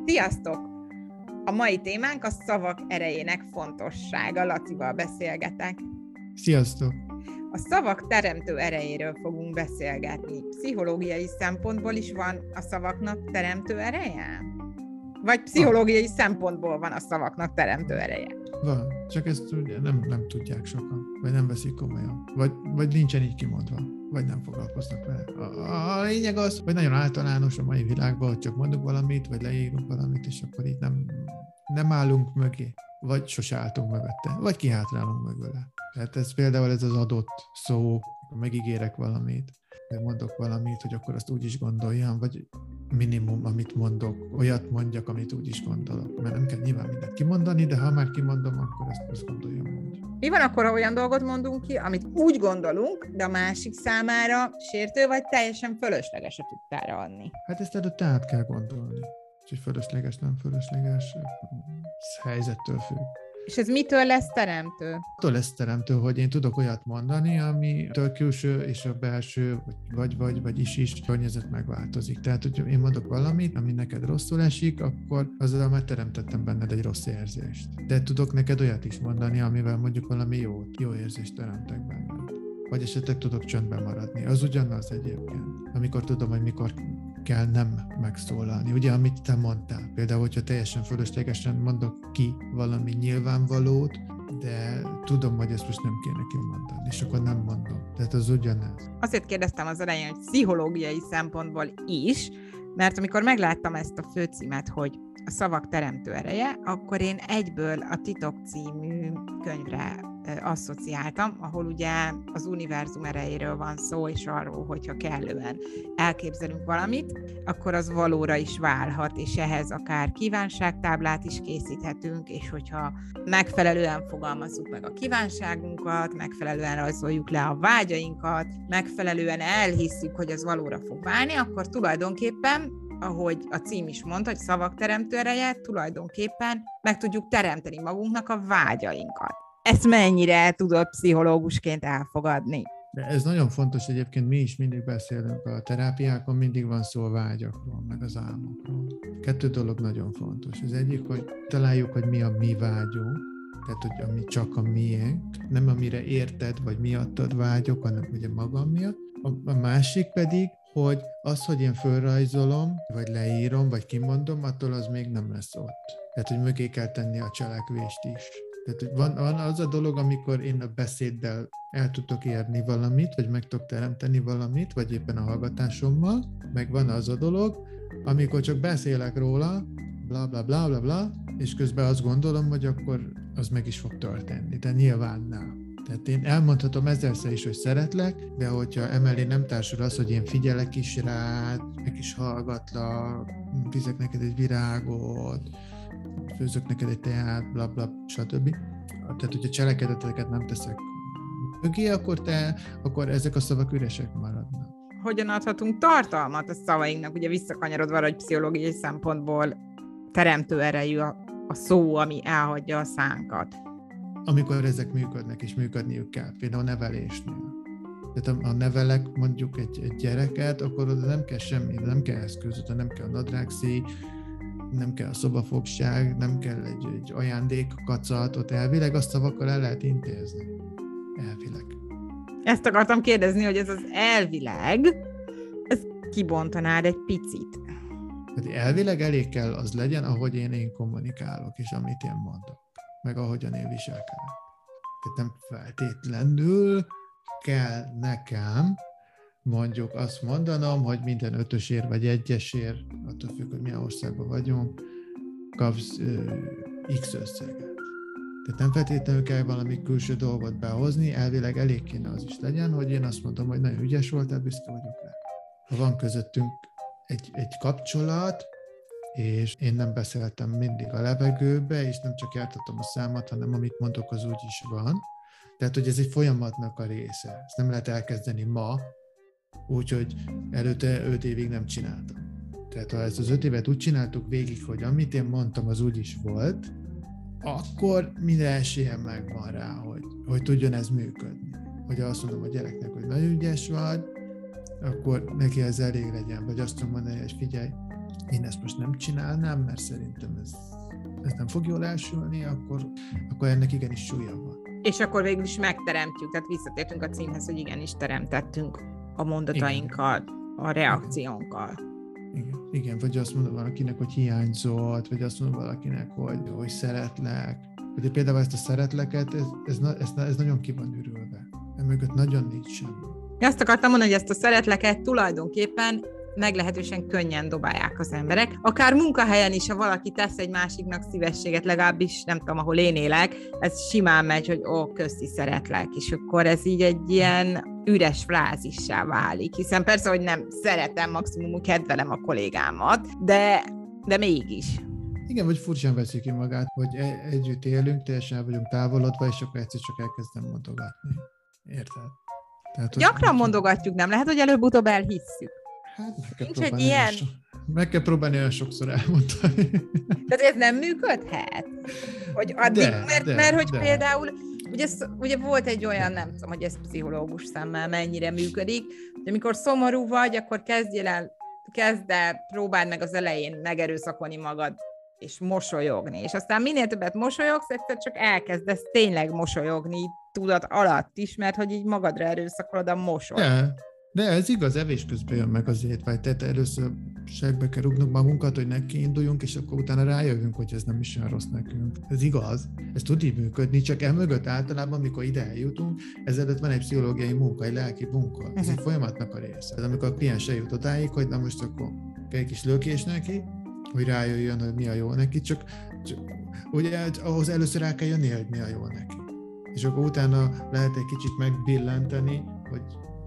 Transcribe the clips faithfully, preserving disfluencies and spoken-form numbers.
Sziasztok! A mai témánk a szavak erejének fontossága. Lacival beszélgetek. Sziasztok! A szavak teremtő erejéről fogunk beszélgetni. Pszichológiai szempontból is van a szavaknak teremtő ereje? Vagy pszichológiai van. szempontból van a szavaknak teremtő ereje? Van, csak ezt ugye nem, nem tudják sokan, vagy nem veszik komolyan, vagy, vagy nincsen így kimondva, vagy nem foglalkoznak vele. A, a lényeg az, hogy nagyon általános a mai világban, hogy csak mondunk valamit, vagy leírunk valamit, és akkor így nem, nem állunk mögé, vagy sose álltunk mögötte, vagy kihátrálunk mögöle. Tehát ez például ez az adott szó, megígérek valamit, vagy mondok valamit, hogy akkor azt úgy is gondoljam, vagy minimum, amit mondok, olyat mondjak, amit úgy is gondolok. Mert nem kell nyilván mindent kimondani, de ha már kimondom, akkor azt, azt gondoljam úgy. Mi van akkor, ha olyan dolgot mondunk ki, amit úgy gondolunk, de a másik számára sértő, vagy teljesen fölösleges a tudtára adni? Hát ezt előtt át kell gondolni. Úgyhogy fölösleges, nem fölösleges, ez helyzettől függ. És ez mitől lesz teremtő? Attól lesz teremtő, hogy én tudok olyat mondani, ami a külső és a belső, vagy, vagy, vagy is is környezet megváltozik. Tehát, hogy én mondok valamit, ami neked rosszul esik, akkor azzal már teremtettem benned egy rossz érzést. De tudok neked olyat is mondani, amivel mondjuk valami jó, jó érzést teremtek benned. Vagy esetleg tudok csöndben maradni. Az ugyanaz egyébként. Amikor tudom, hogy mikor kell nem megszólalni. Ugye, amit te mondtál. Például, hogyha teljesen fölöslegesen mondok ki valami nyilvánvalót, de tudom, hogy ezt most nem kéne kimondani, és akkor nem mondom. Tehát az ugyanez. Azért kérdeztem az elején, hogy pszichológiai szempontból is, mert amikor megláttam ezt a főcímet, hogy a szavak teremtő ereje, akkor én egyből a Titok című könyvre asszociáltam, ahol ugye az univerzum erejéről van szó, és arról, hogyha kellően elképzelünk valamit, akkor az valóra is válhat, és ehhez akár kívánságtáblát is készíthetünk, és hogyha megfelelően fogalmazzuk meg a kívánságunkat, megfelelően rajzoljuk le a vágyainkat, megfelelően elhisszük, hogy az valóra fog válni, akkor tulajdonképpen, ahogy a cím is mondta, hogy szavak teremtő ereje, tulajdonképpen meg tudjuk teremteni magunknak a vágyainkat. Ezt mennyire tudod pszichológusként elfogadni? De ez nagyon fontos, egyébként mi is mindig beszélünk a terápiákon, mindig van szó a vágyakról, meg az álmokról. Kettő dolog nagyon fontos. Az egyik, hogy találjuk, hogy mi a mi vágyunk, tehát, hogy ami csak a miénk, nem amire érted, vagy miattad vágyok, hanem ugye magam miatt. A, a másik pedig, hogy az, hogy én fölrajzolom, vagy leírom, vagy kimondom, attól az még nem lesz ott. Tehát, hogy mögé kell tenni a cselekvést is. Tehát, hogy van, van az a dolog, amikor én a beszéddel el tudok érni valamit, vagy meg tudok teremteni valamit, vagy éppen a hallgatásommal, meg van az a dolog, amikor csak beszélek róla, bla bla bla bla bla, és közben azt gondolom, hogy akkor az meg is fog történni, de nyilván nem. Tehát én elmondhatom ezerszer is, hogy szeretlek, de hogyha emellé nem társul az, hogy én figyelek is rád, meg is hallgatlak, fizek neked egy virágot, főzök neked egy teát, bla bla, stb. Tehát, hogyha cselekedeteket nem teszek mögé, akkor, te, akkor ezek a szavak üresek maradnak. Hogyan adhatunk tartalmat a szavainknak? Ugye visszakanyarodva, hogy pszichológiai szempontból teremtő erejű a, a szó, ami elhagyja a szánkat. Amikor ezek működnek, és működniük kell, például a nevelésnél. Tehát ha nevelek mondjuk egy, egy gyereket, akkor oda nem kell semmi, nem kell eszköz, oda nem kell nadrágszíj, nem kell a szobafogság, nem kell egy, egy ajándékkacat, ott elvileg azt szavakkal el lehet intézni. Elvileg. Ezt akartam kérdezni, hogy ez az elvileg, ezt kibontanád egy picit. Tehát elvileg elég kell az legyen, ahogy én, én kommunikálok, és amit én mondok, meg ahogyan én viselkedek. Tehát nem feltétlenül kell nekem mondjuk azt mondanom, hogy minden ötösér vagy egyesér, attól függ, hogy milyen országban vagyunk, kapsz uh, X összeget. Tehát nem feltétlenül kell valami külső dolgot behozni, elvileg elég kéne az is legyen, hogy én azt mondom, hogy nagyon ügyes voltál, büszke vagyok rá. Ha van közöttünk egy, egy kapcsolat, és én nem beszéltem mindig a levegőbe, és nem csak jártatom a számat, hanem amit mondok, az úgy is van. Tehát, hogy ez egy folyamatnak a része. Ezt nem lehet elkezdeni ma, úgyhogy előtte öt évig nem csináltam. Tehát ha ezt az öt évet úgy csináltuk végig, hogy amit én mondtam, az úgy is volt, akkor minden esélyem megvan rá, hogy, hogy tudjon ez működni. Hogy azt mondom a gyereknek, hogy nagyon ügyes vagy, akkor neki ez elég legyen. Vagy azt tudom mondani, hogy figyelj, én ezt most nem csinálnám, mert szerintem ez, ez nem fog jól elsülni, akkor, akkor ennek igenis súlya van. És akkor végül is megteremtjük, tehát visszatértünk a címhez, hogy igenis teremtettünk a mondatainkkal, igen. a reakciónkkal. Igen. Igen, vagy azt mondom valakinek, hogy hiányzott, vagy azt mondom valakinek, hogy, hogy szeretlek. De például ezt a szeretleket, ez, ez, ez, ez nagyon ki van ürülve. Emögött nagyon nincs semmi. Azt akartam mondani, hogy ezt a szeretleket tulajdonképpen meglehetősen könnyen dobálják az emberek. Akár munkahelyen is, ha valaki tesz egy másiknak szívességet, legalábbis nem tudom, ahol én élek, ez simán megy, hogy ó, köszi, szeretlek, és akkor ez így egy ilyen üres frázissá válik, hiszen persze, hogy nem szeretem, maximum kedvelem a kollégámat, de, de mégis. Igen, vagy furcsán veszik ki magát, hogy együtt élünk, teljesen el vagyunk távolodva, és akkor egyszer csak elkezdem mondogatni. Érted? Tehát, gyakran mondogatjuk, nem lehet, hogy előbb-utóbb elhisszük. Hát meg kell, próbálni ilyen... so... meg kell próbálni olyan sokszor elmondani. Tehát ez nem működhet? Hogy addig, de, mert, de, mert hogy de. Például, ugye, ugye volt egy olyan, nem tudom, hogy ez pszichológus szemmel mennyire működik, hogy amikor szomorú vagy, akkor kezdjél el, kezd el, próbáld meg az elején megerőszakolni magad, és mosolyogni. És aztán minél többet mosolyogsz, egyszer csak elkezdesz tényleg mosolyogni tudat alatt is, mert hogy így magadra erőszakolod a mosolyt. De. De ez igaz, evés közben jön meg az étvágy, tehát először segbe kell rúgnunk magunkat, hogy neki induljunk, és akkor utána rájövünk, hogy ez nem is olyan rossz nekünk. Ez igaz, ez tud így működni, csak emögött általában, amikor ide eljutunk, ezelőtt van egy pszichológiai munka, egy lelki munka. Ez egy folyamatnak a része. Ez amikor a kliens eljut odáig, hogy na most akkor kell egy kis lökés neki, hogy rájöjjön, hogy mi a jó neki, csak, csak ugye ahhoz először rá kell jönni, hogy mi a jó neki. És akkor utána lehet egy kicsit megbillenteni, hogy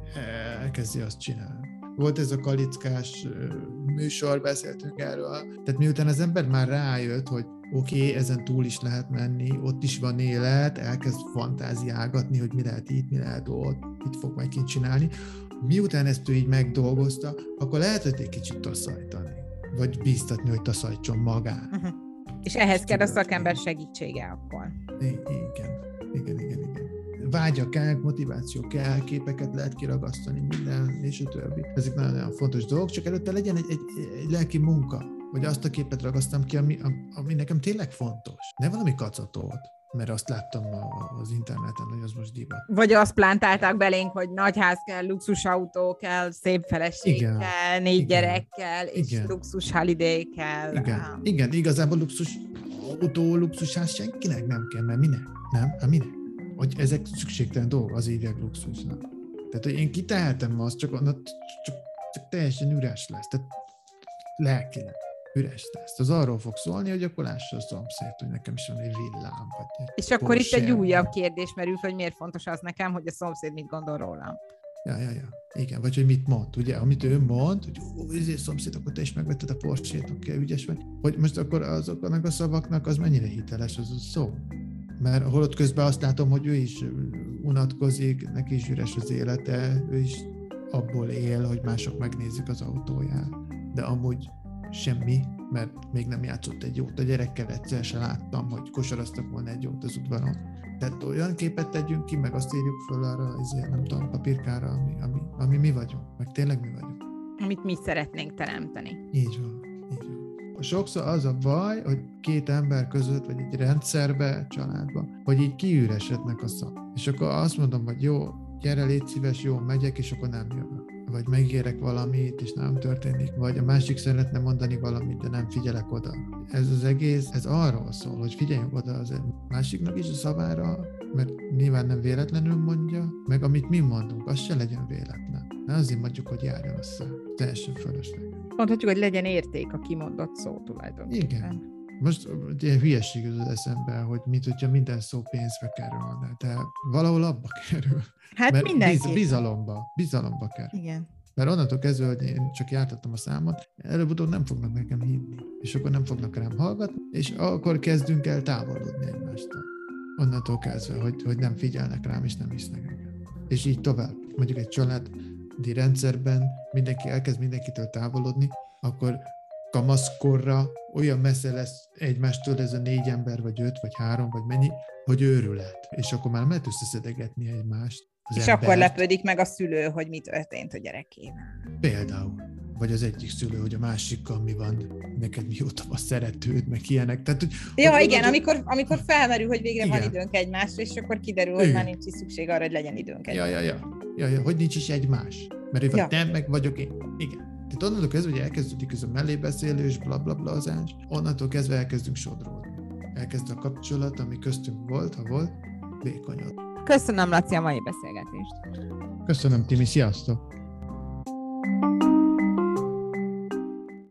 elkezdi azt csinálni. Volt ez a kalickás műsor, beszéltünk erről. Tehát miután az ember már rájött, hogy oké, okay, ezen túl is lehet menni, ott is van élet, elkezd fantáziálgatni, hogy mi lehet itt, mi lehet ott, mit fog majd kint csinálni. Miután ezt ő így megdolgozta, akkor lehet, hogy egy kicsit taszajtani, vagy bíztatni, hogy taszajtson magát. Uh-huh. És ehhez kell a szakember segítsége akkor. Igen, igen, igen, igen. Vágya kell, motiváció kell, képeket lehet kiragasztani, minden, és a többi. Ezek nagyon fontos dolgok, csak előtte legyen egy, egy, egy lelki munka, hogy azt a képet ragasztam ki, ami, ami nekem tényleg fontos. Ne valami kacatót, mert azt láttam az interneten, hogy az most divat. Vagy azt plántálták belénk, hogy nagyház kell, luxusautó kell, szép feleség igen, kell, négy igen, gyerek kell, és igen, luxus holiday kell. Igen, um... igen, igazából luxus autó, luxusház senkinek nem kell, mert minek? Nem? Hát minek? Hogy ezek szükségtelen dolgok, az hívják luxusnak. Tehát, hogy én kitehetem azt, csak, csak, csak, csak teljesen üres lesz. Tehát lelkileg üres lesz. Az arról fog szólni, hogy akkor lássa a szomszéd, hogy nekem is van egy villám. Vagy egy és akkor itt egy újabb kérdés merül, hogy miért fontos az nekem, hogy a szomszéd mit gondol rólam. Ja, ja, ja. Igen, vagy hogy mit mond, ugye, amit ő mond, hogy ó, ezért szomszéd, akkor te is megvetted a Porsche-t, oké, ügyes vagy. Hogy most akkor azoknak a szavaknak az mennyire hiteles az a szó? Mert holott közben azt látom, hogy ő is unatkozik, neki is üres az élete, ő is abból él, hogy mások megnézik az autóját. De amúgy semmi, mert még nem játszott egy jót a gyerekkel, egyszer se láttam, hogy kosaraztak volna egy jót az udvaron. Tehát olyan képet tegyünk ki, meg azt írjuk föl arra, azért nem tudom, papírkára, ami, ami, ami mi vagyunk, meg tényleg mi vagyunk. Amit mi szeretnénk teremteni. Így van, így van. Sokszor az a baj, hogy két ember között, vagy egy rendszerbe, családban, hogy így kiüresednek a szavak. És akkor azt mondom, hogy jó, gyere, légy szíves, jó, megyek, és akkor nem jövök. Vagy megérek valamit, és nem történik. Vagy a másik szeretne mondani valamit, de nem figyelek oda. Ez az egész, ez arról szól, hogy figyeljünk oda az másiknak is a szavára, mert nyilván nem véletlenül mondja, meg amit mi mondunk, az se legyen véletlen. Ne azért mondjuk, hogy járjon össze. Teljesen fölösleges. Mondhatjuk, hogy legyen érték a kimondott szó tulajdonképpen. Igen. Most ugye hülyeség az eszembe, hogy mint hogyha minden szó pénzbe kerülne, de valahol abba kerül. Hát mert mindenki. Biz, bizalomba, bizalomba kerül. Igen. Mert onnantól kezdve, hogy én csak jártattam a számot, előbb-utóbb nem fognak nekem hinni, és akkor nem fognak rám hallgatni, és akkor kezdünk el távolodni egymástól. Onnantól kezdve, hogy, hogy nem figyelnek rám, és nem hisznek engem. És így tovább. Mondjuk egy családi rendszerben mindenki elkezd mindenkitől távolodni, akkor kamaszkorra olyan messze lesz egymástól ez a négy ember, vagy öt, vagy három, vagy mennyi, hogy őrület. És akkor már nem lehet összeszedegetni egymást. És embert. Akkor lepődik meg a szülő, hogy mit történt a gyerekével. Például. vagy az egyik szülő, hogy a másikkal mi van, neked mióta van szeretőd, meg ilyenek. Tehát, hogy, ja, hogy igen, hogy... amikor, amikor felmerül, hogy végre igen. van időnk egymásra, és akkor kiderül, hogy igen. már nincs is szükség arra, hogy legyen időnk egymásra. Ja, ja, ja. ja, ja. Hogy nincs is egymás. Mert ő vagy ja. te, meg vagyok én. Igen. Tehát onnantól kezdve, hogy elkezdődik ez a mellébeszélős, blablabla-azás, onnantól kezdve elkezdünk sodródni. Elkezd a kapcsolat, ami köztünk volt, ha volt, vékonyod. Köszönöm, Laci, a mai beszélgetést. Köszönöm, Timi, sziasztok!